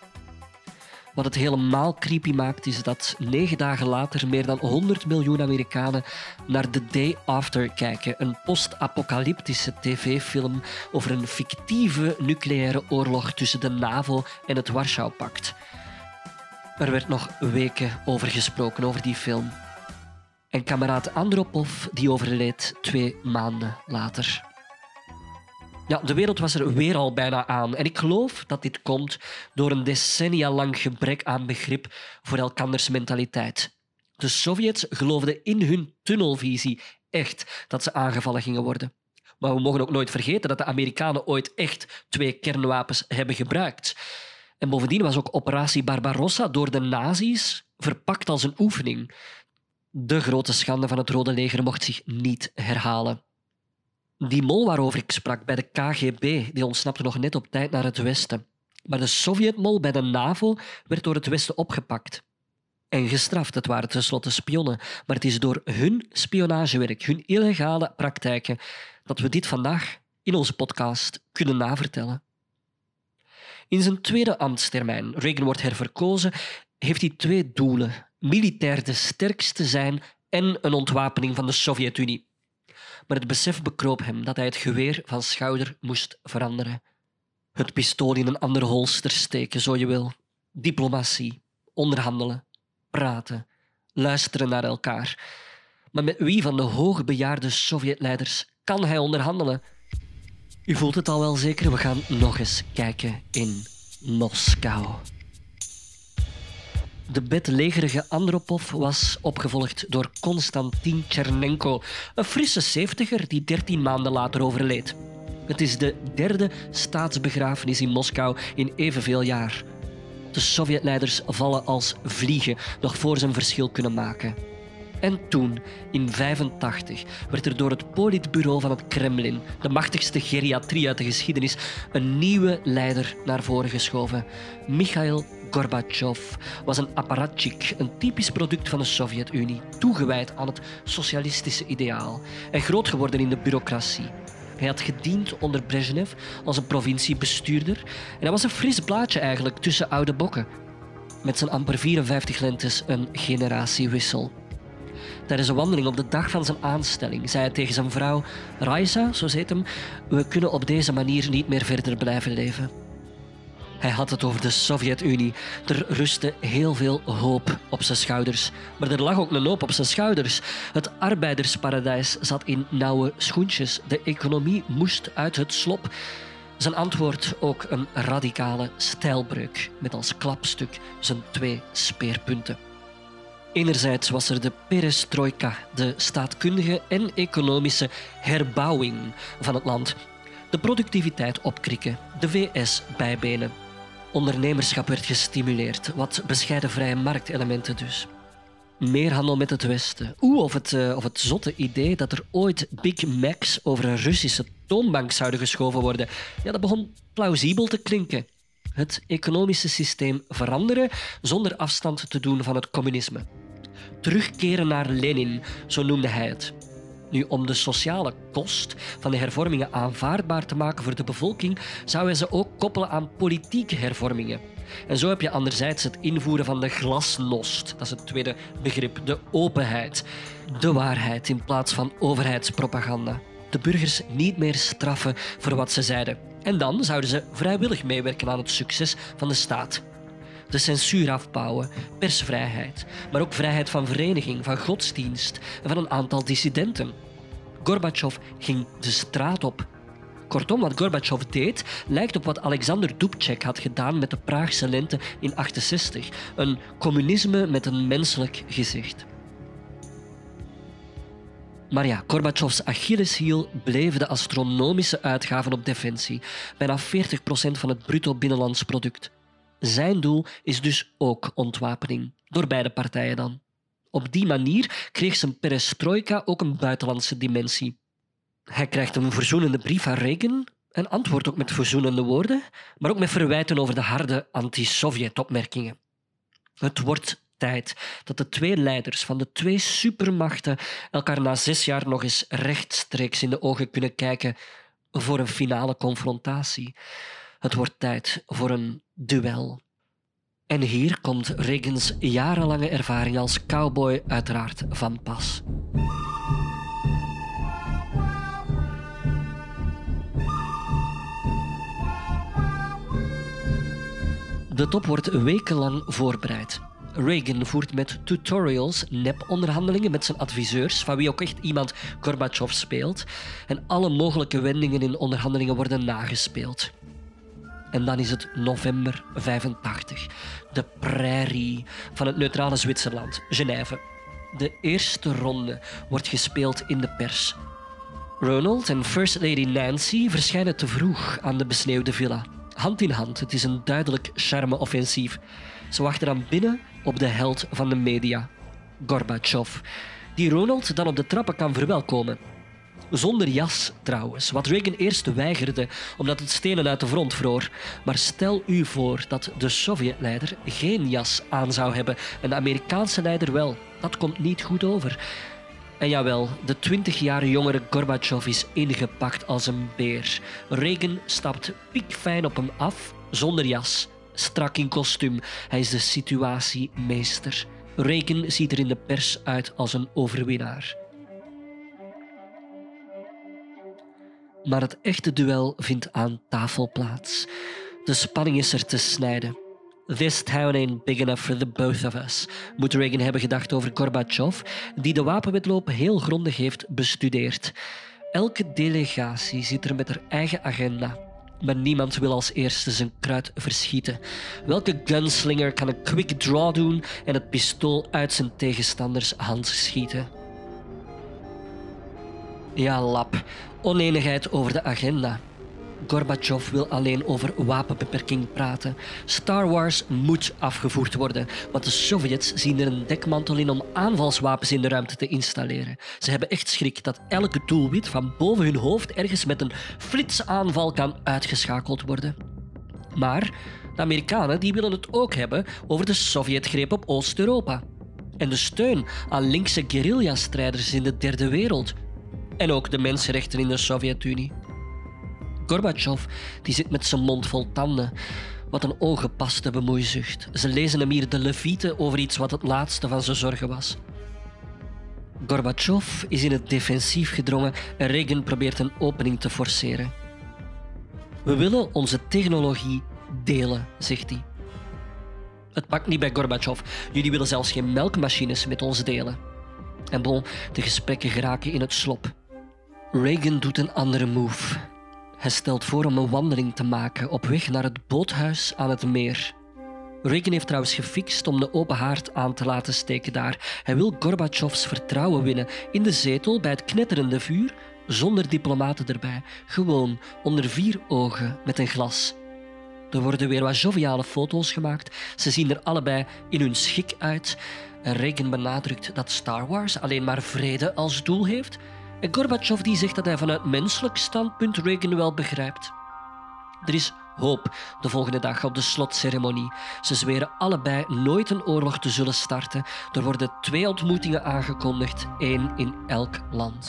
B: Wat het helemaal creepy maakt is dat 9 dagen later meer dan 100 miljoen Amerikanen naar The Day After kijken. Een post-apocalyptische tv-film over een fictieve nucleaire oorlog tussen de NAVO en het Warschau-pact. Er werd nog weken over gesproken, over die film. En kameraad Andropov die overleed 2 maanden later. Ja, de wereld was er weer al bijna aan. En ik geloof dat dit komt door een decennia lang gebrek aan begrip voor elkanders mentaliteit. De Sovjets geloofden in hun tunnelvisie echt dat ze aangevallen gingen worden. Maar we mogen ook nooit vergeten dat de Amerikanen ooit echt 2 kernwapens hebben gebruikt. En bovendien was ook operatie Barbarossa door de nazi's verpakt als een oefening. De grote schande van het Rode Leger mocht zich niet herhalen. Die mol waarover ik sprak bij de KGB, die ontsnapte nog net op tijd naar het Westen. Maar de Sovjetmol bij de NAVO werd door het Westen opgepakt. En gestraft, het waren tenslotte spionnen. Maar het is door hun spionagewerk, hun illegale praktijken, dat we dit vandaag in onze podcast kunnen navertellen. In zijn tweede ambtstermijn, Reagan wordt herverkozen, heeft hij 2 doelen. Militair de sterkste zijn en een ontwapening van de Sovjet-Unie. Maar het besef bekroop hem dat hij het geweer van schouder moest veranderen. Het pistool in een ander holster steken, zo je wil. Diplomatie, onderhandelen, praten, luisteren naar elkaar. Maar met wie van de hoogbejaarde Sovjetleiders kan hij onderhandelen? U voelt het al wel zeker, we gaan nog eens kijken in Moskou. De bedlegerige Andropov was opgevolgd door Konstantin Tchernenko, een frisse 70er die 13 maanden later overleed. Het is de 3e staatsbegrafenis in Moskou in evenveel jaar. De Sovjetleiders vallen als vliegen nog voor ze een verschil kunnen maken. En toen, in 1985, werd er door het Politbureau van het Kremlin, de machtigste geriatrie uit de geschiedenis, een nieuwe leider naar voren geschoven. Michail Gorbachev was een apparatchik, een typisch product van de Sovjet-Unie, toegewijd aan het socialistische ideaal en groot geworden in de bureaucratie. Hij had gediend onder Brezhnev als een provinciebestuurder en hij was een fris blaadje eigenlijk tussen oude bokken. Met zijn amper 54 lentes een generatiewissel. Tijdens een wandeling op de dag van zijn aanstelling zei hij tegen zijn vrouw, Raisa, zo heet hem, we kunnen op deze manier niet meer verder blijven leven. Hij had het over de Sovjet-Unie. Er rustte heel veel hoop op zijn schouders. Maar er lag ook een hoop op zijn schouders. Het arbeidersparadijs zat in nauwe schoentjes. De economie moest uit het slop. Zijn antwoord ook een radicale stijlbreuk, met als klapstuk zijn 2 speerpunten. Enerzijds was er de perestrojka, de staatkundige en economische herbouwing van het land. De productiviteit opkrikken, de VS bijbenen. Ondernemerschap werd gestimuleerd, wat bescheiden vrije marktelementen dus. Meer handel met het Westen. Of het zotte idee dat er ooit Big Macs over een Russische toonbank zouden geschoven worden. Ja, dat begon plausibel te klinken. Het economische systeem veranderen zonder afstand te doen van het communisme. Terugkeren naar Lenin, zo noemde hij het. Nu, om de sociale kost van de hervormingen aanvaardbaar te maken voor de bevolking, zou hij ze ook koppelen aan politieke hervormingen. En zo heb je anderzijds het invoeren van de glasnost. Dat is het tweede begrip, de openheid. De waarheid in plaats van overheidspropaganda. De burgers niet meer straffen voor wat ze zeiden. En dan zouden ze vrijwillig meewerken aan het succes van de staat. De censuur afbouwen, persvrijheid, maar ook vrijheid van vereniging, van godsdienst en van een aantal dissidenten. Gorbachev ging de straat op. Kortom, wat Gorbachev deed, lijkt op wat Alexander Dubček had gedaan met de Praagse lente in 1968. Een communisme met een menselijk gezicht. Maar ja, Gorbachevs Achilleshiel bleven de astronomische uitgaven op defensie. Bijna 40% van het bruto binnenlands product. Zijn doel is dus ook ontwapening. Door beide partijen dan. Op die manier kreeg zijn perestrojka ook een buitenlandse dimensie. Hij krijgt een verzoenende brief van Reagan en antwoordt ook met verzoenende woorden, maar ook met verwijten over de harde anti-Sovjet-opmerkingen. Het wordt tijd dat de 2 leiders van de 2 supermachten elkaar na 6 jaar nog eens rechtstreeks in de ogen kunnen kijken voor een finale confrontatie. Het wordt tijd voor een duel. En hier komt Reagans jarenlange ervaring als cowboy uiteraard van pas. De top wordt wekenlang voorbereid. Reagan voert met tutorials nep-onderhandelingen met zijn adviseurs, van wie ook echt iemand Gorbachev speelt, en alle mogelijke wendingen in onderhandelingen worden nagespeeld. En dan is het november 85. De prairie van het neutrale Zwitserland, Genève. De eerste ronde wordt gespeeld in de pers. Ronald en First Lady Nancy verschijnen te vroeg aan de besneeuwde villa. Hand in hand, het is een duidelijk charme-offensief. Ze wachten dan binnen op de held van de media, Gorbachev, die Ronald dan op de trappen kan verwelkomen. Zonder jas trouwens, wat Reagan eerst weigerde omdat het stenen uit de front vroor. Maar stel u voor dat de Sovjetleider geen jas aan zou hebben en de Amerikaanse leider wel. Dat komt niet goed over. En jawel, de 20 jaar jongere Gorbachev is ingepakt als een beer. Reagan stapt piekfijn op hem af, zonder jas, strak in kostuum. Hij is de situatiemeester. Reagan ziet er in de pers uit als een overwinnaar. Maar het echte duel vindt aan tafel plaats. De spanning is er te snijden. This town ain't big enough for the both of us, moet Reagan hebben gedacht over Gorbachev, die de wapenwetloop heel grondig heeft bestudeerd. Elke delegatie zit er met haar eigen agenda, maar niemand wil als eerste zijn kruid verschieten. Welke gunslinger kan een quick draw doen en het pistool uit zijn tegenstanders hand schieten? Ja, lap. Oneenigheid over de agenda. Gorbachev wil alleen over wapenbeperking praten. Star Wars moet afgevoerd worden, want de Sovjets zien er een dekmantel in om aanvalswapens in de ruimte te installeren. Ze hebben echt schrik dat elke doelwit van boven hun hoofd ergens met een flitsaanval kan uitgeschakeld worden. Maar de Amerikanen die willen het ook hebben over de Sovjetgreep op Oost-Europa. En de steun aan linkse guerrilla-strijders in de derde wereld. En ook de mensenrechten in de Sovjet-Unie. Gorbachev die zit met zijn mond vol tanden. Wat een ongepaste bemoeizucht. Ze lezen hem hier de levieten over iets wat het laatste van zijn zorgen was. Gorbachev is in het defensief gedrongen en Reagan probeert een opening te forceren. We willen onze technologie delen, zegt hij. Het pakt niet bij Gorbachev. Jullie willen zelfs geen melkmachines met ons delen. En bon, de gesprekken geraken in het slop. Reagan doet een andere move. Hij stelt voor om een wandeling te maken op weg naar het boothuis aan het meer. Reagan heeft trouwens gefixt om de open haard aan te laten steken daar. Hij wil Gorbachevs vertrouwen winnen in de zetel bij het knetterende vuur, zonder diplomaten erbij. Gewoon onder 4 ogen met een glas. Er worden weer wat joviale foto's gemaakt. Ze zien er allebei in hun schik uit. En Reagan benadrukt dat Star Wars alleen maar vrede als doel heeft. En Gorbachev die zegt dat hij vanuit menselijk standpunt Reagan wel begrijpt. Er is hoop de volgende dag op de slotceremonie. Ze zweren allebei nooit een oorlog te zullen starten. Er worden 2 ontmoetingen aangekondigd, 1 in elk land.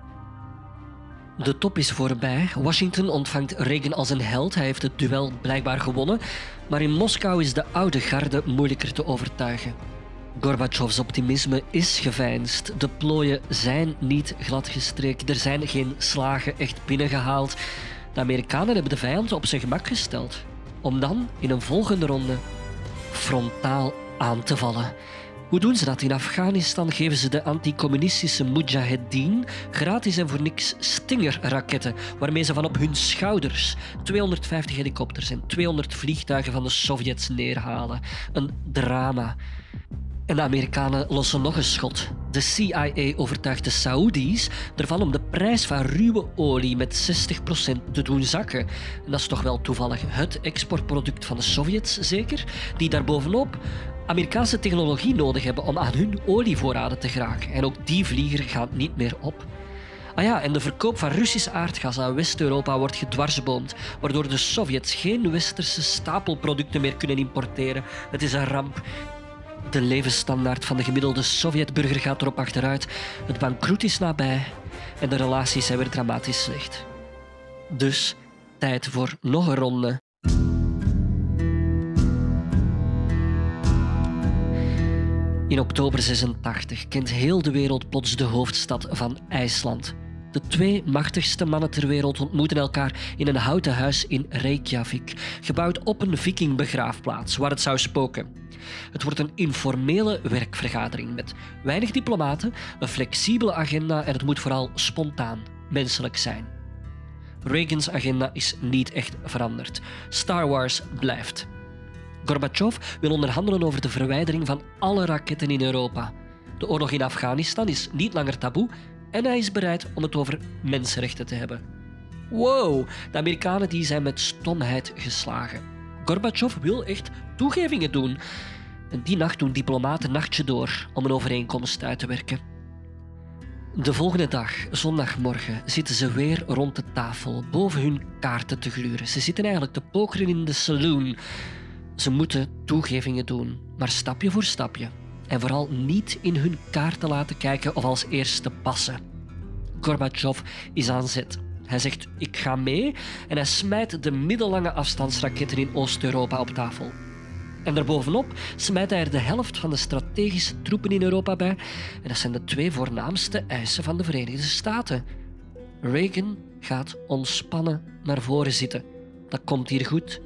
B: De top is voorbij. Washington ontvangt Reagan als een held. Hij heeft het duel blijkbaar gewonnen. Maar in Moskou is de oude garde moeilijker te overtuigen. Gorbachevs optimisme is geveinsd. De plooien zijn niet gladgestreken. Er zijn geen slagen echt binnengehaald. De Amerikanen hebben de vijand op zijn gemak gesteld. Om dan in een volgende ronde frontaal aan te vallen. Hoe doen ze dat? In Afghanistan geven ze de anticommunistische Mujahedin gratis en voor niks Stinger-raketten, waarmee ze van op hun schouders 250 helikopters en 200 vliegtuigen van de Sovjets neerhalen. Een drama. En de Amerikanen lossen nog een schot. De CIA overtuigt de Saoedi's ervan om de prijs van ruwe olie met 60% te doen zakken. En dat is toch wel toevallig het exportproduct van de Sovjets, zeker? Die daarbovenop Amerikaanse technologie nodig hebben om aan hun olievoorraden te geraken. En ook die vlieger gaat niet meer op. Ah ja, en de verkoop van Russisch aardgas aan West-Europa wordt gedwarsboomd, waardoor de Sovjets geen westerse stapelproducten meer kunnen importeren. Het is een ramp. De levensstandaard van de gemiddelde Sovjetburger gaat erop achteruit. Het bankroet is nabij en de relaties zijn weer dramatisch slecht. Dus tijd voor nog een ronde. In oktober 86 kent heel de wereld plots de hoofdstad van IJsland. De 2 machtigste mannen ter wereld ontmoeten elkaar in een houten huis in Reykjavik, gebouwd op een vikingbegraafplaats waar het zou spoken. Het wordt een informele werkvergadering met weinig diplomaten, een flexibele agenda en het moet vooral spontaan, menselijk zijn. Reagans agenda is niet echt veranderd. Star Wars blijft. Gorbachev wil onderhandelen over de verwijdering van alle raketten in Europa. De oorlog in Afghanistan is niet langer taboe en hij is bereid om het over mensenrechten te hebben. Wow, de Amerikanen die zijn met stomheid geslagen. Gorbachev wil echt toegevingen doen. En die nacht doen diplomaten nachtje door om een overeenkomst uit te werken. De volgende dag, zondagmorgen, zitten ze weer rond de tafel boven hun kaarten te gluren. Ze zitten eigenlijk te pokeren in de saloon. Ze moeten toegevingen doen, maar stapje voor stapje. En vooral niet in hun kaarten laten kijken of als eerste passen. Gorbachev is aan zet. Hij zegt, ik ga mee, en hij smijt de middellange afstandsraketten in Oost-Europa op tafel. En daarbovenop smijt hij er de helft van de strategische troepen in Europa bij. En dat zijn de 2 voornaamste eisen van de Verenigde Staten. Reagan gaat ontspannen naar voren zitten. Dat komt hier goed.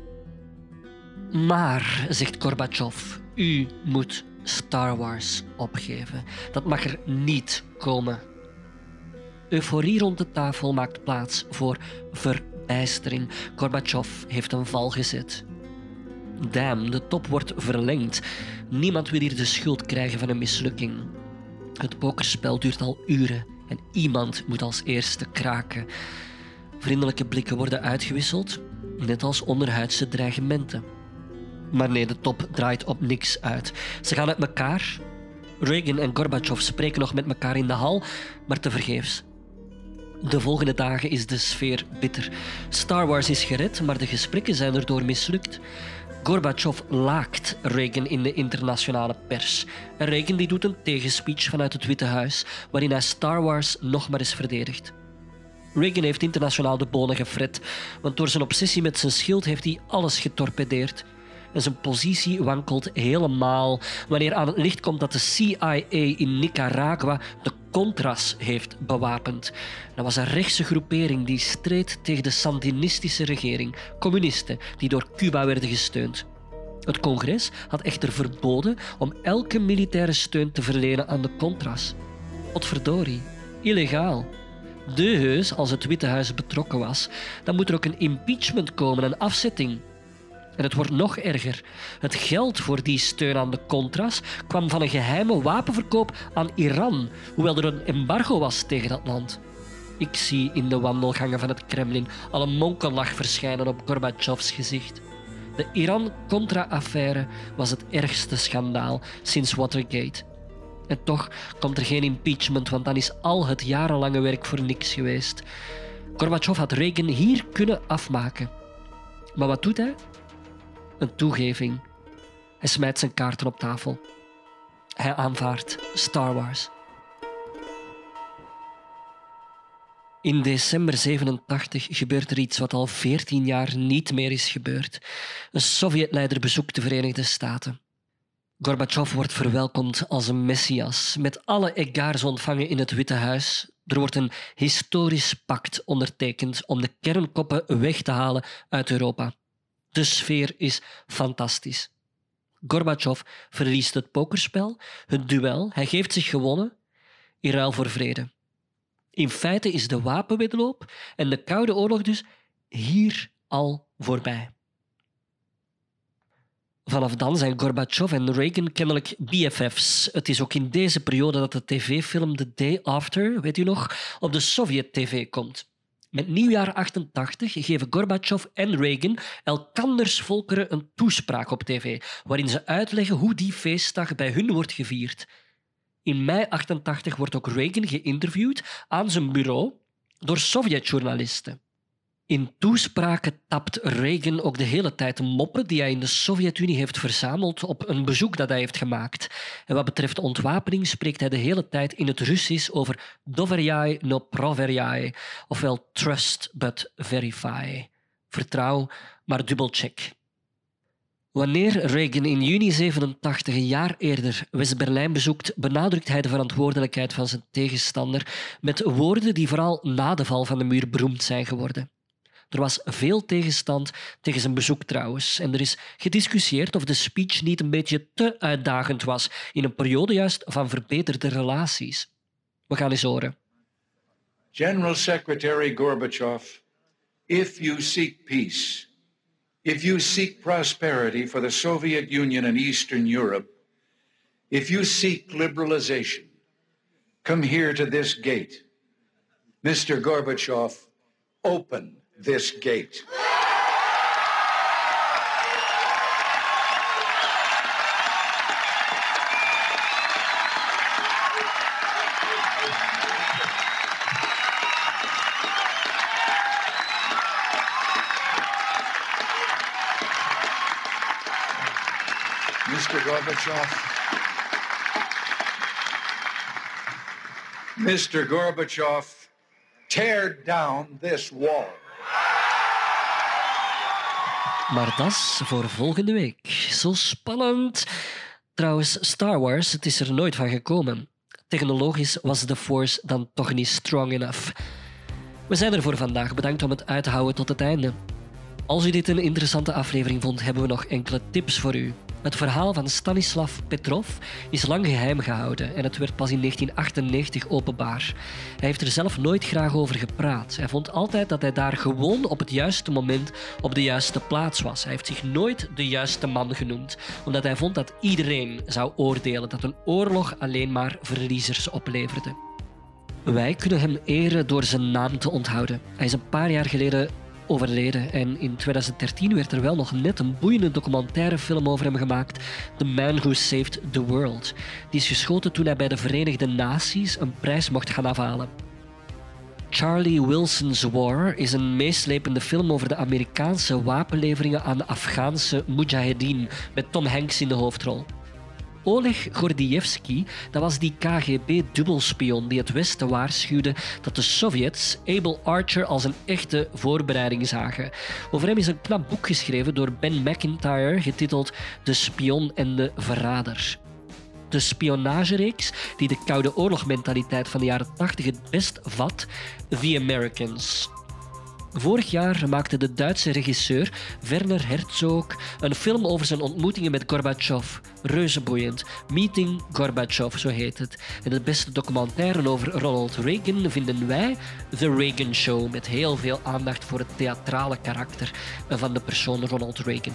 B: Maar, zegt Gorbachev, u moet Star Wars opgeven. Dat mag er niet komen. Euforie rond de tafel maakt plaats voor verbijstering. Gorbachev heeft een val gezet. Damn, de top wordt verlengd. Niemand wil hier de schuld krijgen van een mislukking. Het pokerspel duurt al uren en iemand moet als eerste kraken. Vriendelijke blikken worden uitgewisseld, net als onderhuidse dreigementen. Maar nee, de top draait op niks uit. Ze gaan uit elkaar. Reagan en Gorbachev spreken nog met elkaar in de hal, maar tevergeefs. De volgende dagen is de sfeer bitter. Star Wars is gered, maar de gesprekken zijn erdoor mislukt. Gorbachev laakt Reagan in de internationale pers. En Reagan die doet een tegenspeech vanuit het Witte Huis, waarin hij Star Wars nog maar eens verdedigt. Reagan heeft internationaal de bonen gefret, want door zijn obsessie met zijn schild heeft hij alles getorpedeerd. En zijn positie wankelt helemaal wanneer aan het licht komt dat de CIA in Nicaragua de Contras heeft bewapend. Dat was een rechtse groepering die streed tegen de sandinistische regering, communisten die door Cuba werden gesteund. Het congres had echter verboden om elke militaire steun te verlenen aan de Contras. Potverdorie, illegaal. De heus, als het Witte Huis betrokken was, dan moet er ook een impeachment komen, een afzetting. En het wordt nog erger. Het geld voor die steun aan de Contras kwam van een geheime wapenverkoop aan Iran, hoewel er een embargo was tegen dat land. Ik zie in de wandelgangen van het Kremlin al een monkellach verschijnen op Gorbachevs gezicht. De Iran-Contra-affaire was het ergste schandaal sinds Watergate. En toch komt er geen impeachment, want dan is al het jarenlange werk voor niks geweest. Gorbachev had Reagan hier kunnen afmaken. Maar wat doet hij? Een toegeving. Hij smijt zijn kaarten op tafel. Hij aanvaardt Star Wars. In december 87 gebeurt er iets wat al 14 jaar niet meer is gebeurd. Een Sovjetleider bezoekt de Verenigde Staten. Gorbachev wordt verwelkomd als een messias, met alle egards ontvangen in het Witte Huis. Er wordt een historisch pact ondertekend om de kernkoppen weg te halen uit Europa. De sfeer is fantastisch. Gorbachev verliest het pokerspel, het duel, hij geeft zich gewonnen in ruil voor vrede. In feite is de wapenwedloop en de Koude Oorlog dus hier al voorbij. Vanaf dan zijn Gorbachev en Reagan kennelijk BFF's. Het is ook in deze periode dat de tv-film The Day After, weet u nog, op de Sovjet-tv komt. Met nieuwjaar 88 geven Gorbachev en Reagan elkanders volkeren een toespraak op tv, waarin ze uitleggen hoe die feestdag bij hun wordt gevierd. In mei 88 wordt ook Reagan geïnterviewd aan zijn bureau door Sovjetjournalisten. In toespraken tapt Reagan ook de hele tijd moppen die hij in de Sovjet-Unie heeft verzameld op een bezoek dat hij heeft gemaakt. En wat betreft ontwapening spreekt hij de hele tijd in het Russisch over doverjai no proverjai, ofwel trust but verify. Vertrouw, maar dubbelcheck. Wanneer Reagan in juni 87, een jaar eerder, West-Berlijn bezoekt, benadrukt hij de verantwoordelijkheid van zijn tegenstander met woorden die vooral na de val van de muur beroemd zijn geworden. Er was veel tegenstand tegen zijn bezoek trouwens en er is gediscussieerd of de speech niet een beetje te uitdagend was in een periode juist van verbeterde relaties. We gaan eens horen.
D: General Secretary Gorbachev, if you seek peace, if you seek prosperity for the Soviet Union and Eastern Europe, if you seek liberalization, come here to this gate. Mr. Gorbachev, open this gate. Mr. Gorbachev. Mr. Gorbachev, tear down this wall.
B: Maar dat is voor volgende week. Zo spannend. Trouwens, Star Wars, het is er nooit van gekomen. Technologisch was de Force dan toch niet strong enough. We zijn er voor vandaag. Bedankt om het uit te houden tot het einde. Als u dit een interessante aflevering vond, hebben we nog enkele tips voor u. Het verhaal van Stanislav Petrov is lang geheim gehouden en het werd pas in 1998 openbaar. Hij heeft er zelf nooit graag over gepraat. Hij vond altijd dat hij daar gewoon op het juiste moment op de juiste plaats was. Hij heeft zich nooit de juiste man genoemd, omdat hij vond dat iedereen zou oordelen dat een oorlog alleen maar verliezers opleverde. Wij kunnen hem eren door zijn naam te onthouden. Hij is een paar jaar geleden overleden en in 2013 werd er wel nog net een boeiende documentairefilm over hem gemaakt, The Man Who Saved the World. Die is geschoten toen hij bij de Verenigde Naties een prijs mocht gaan afhalen. Charlie Wilson's War is een meeslepende film over de Amerikaanse wapenleveringen aan de Afghaanse Mujahedin met Tom Hanks in de hoofdrol. Oleg Gordievsky, dat was die KGB-dubbelspion die het Westen waarschuwde dat de Sovjets Able Archer als een echte voorbereiding zagen. Over hem is een knap boek geschreven door Ben McIntyre, getiteld De Spion en de Verrader. de spionagereeks die de Koude Oorlogmentaliteit van de jaren 80 het best vat, The Americans. Vorig jaar maakte de Duitse regisseur Werner Herzog een film over zijn ontmoetingen met Gorbachev. Reuzeboeiend. Meeting Gorbachev, zo heet het. En de beste documentaire over Ronald Reagan vinden wij The Reagan Show, met heel veel aandacht voor het theatrale karakter van de persoon Ronald Reagan.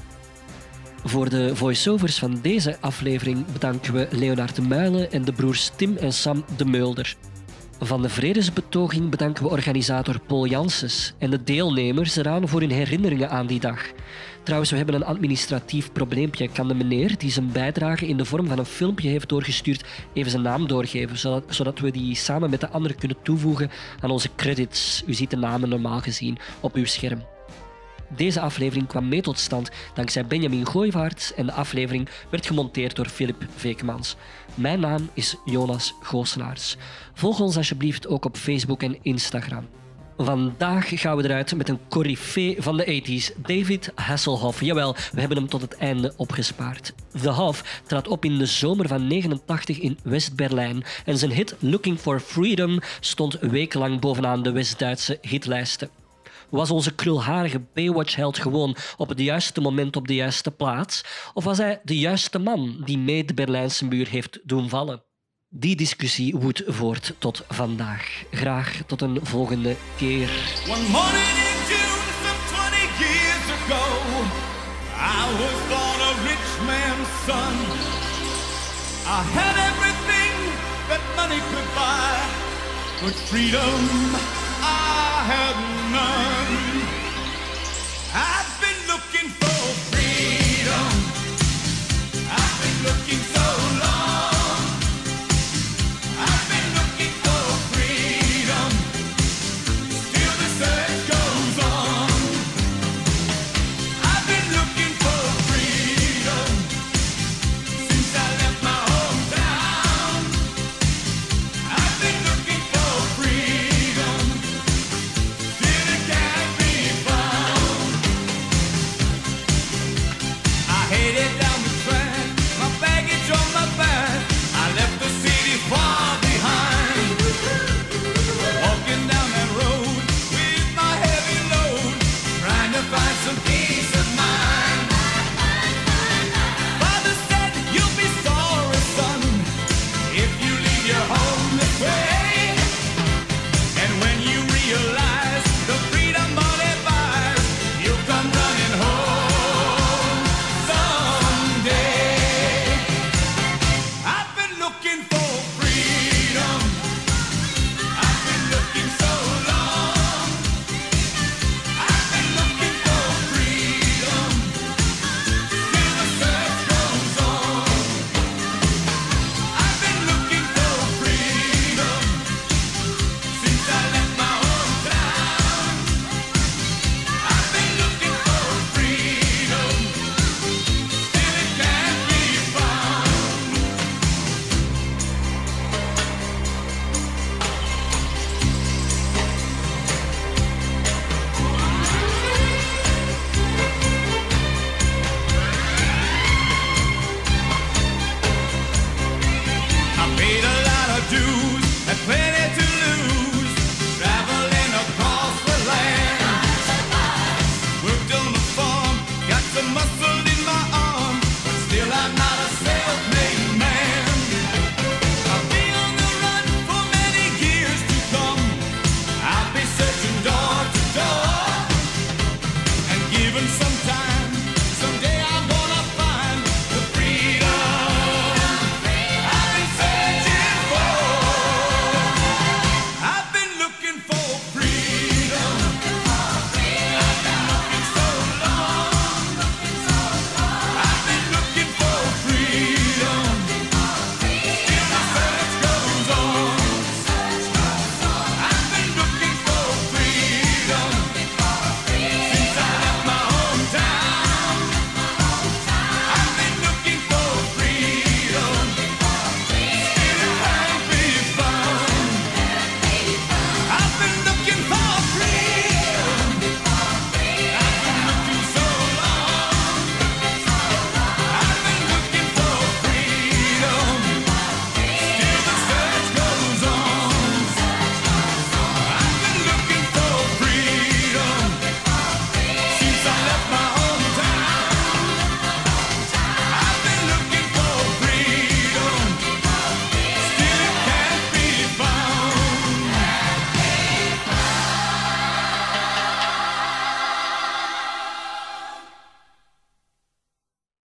B: Voor de voiceovers van deze aflevering bedanken we Leonard de Muylen en de broers Tim en Sam de Mulder. Van de vredesbetoging bedanken we organisator Paul Janssens en de deelnemers eraan voor hun herinneringen aan die dag. Trouwens, we hebben een administratief probleempje. Kan de meneer die zijn bijdrage in de vorm van een filmpje heeft doorgestuurd even zijn naam doorgeven, zodat we die samen met de anderen kunnen toevoegen aan onze credits. U ziet de namen normaal gezien op uw scherm. Deze aflevering kwam mee tot stand dankzij Benjamin Gooivaerts en de aflevering werd gemonteerd door Philip Vekemans. Mijn naam is Jonas Goosenaars. Volg ons alsjeblieft ook op Facebook en Instagram. Vandaag gaan we eruit met een coryfee van de 80s, David Hasselhoff. Jawel, we hebben hem tot het einde opgespaard. The Hoff trad op in de zomer van 1989 in West-Berlijn en zijn hit Looking for Freedom stond wekenlang bovenaan de West-Duitse hitlijsten. Was onze krulharige Baywatch-held gewoon op het juiste moment op de juiste plaats? Of was hij de juiste man die mee de Berlijnse muur heeft doen vallen? Die discussie woedt voort tot vandaag. Graag tot een volgende keer.
Q: One morning in June, some 20 years ago, I was born a rich man's son. I had everything that money could buy, but freedom I had none. I've been looking for freedom. I've been looking so long. I've been looking for freedom. Still the search goes on. I've been looking for freedom since I left my hometown. I've been looking for freedom. Headed down the track, my baggage on my back. I left the city far behind. Walking down that road with my heavy load, trying to find some peace of mind. Father said, you'll be sorry, son, if you leave your home this way. And when you realize the freedom money buys, you'll come running home. Looking for freedom. I've been looking so long. I've been looking for freedom. Still the search goes on. I've been looking for freedom since I left my hometown. I've been looking for freedom. Still it can't be found. Paid a lot of dues, had plenty to lose, traveling across the land. Worked on the farm, got some muscle in my arm, but still I'm not a self-made man. I'll be on the run for many years to come. I'll be searching door to door and giving some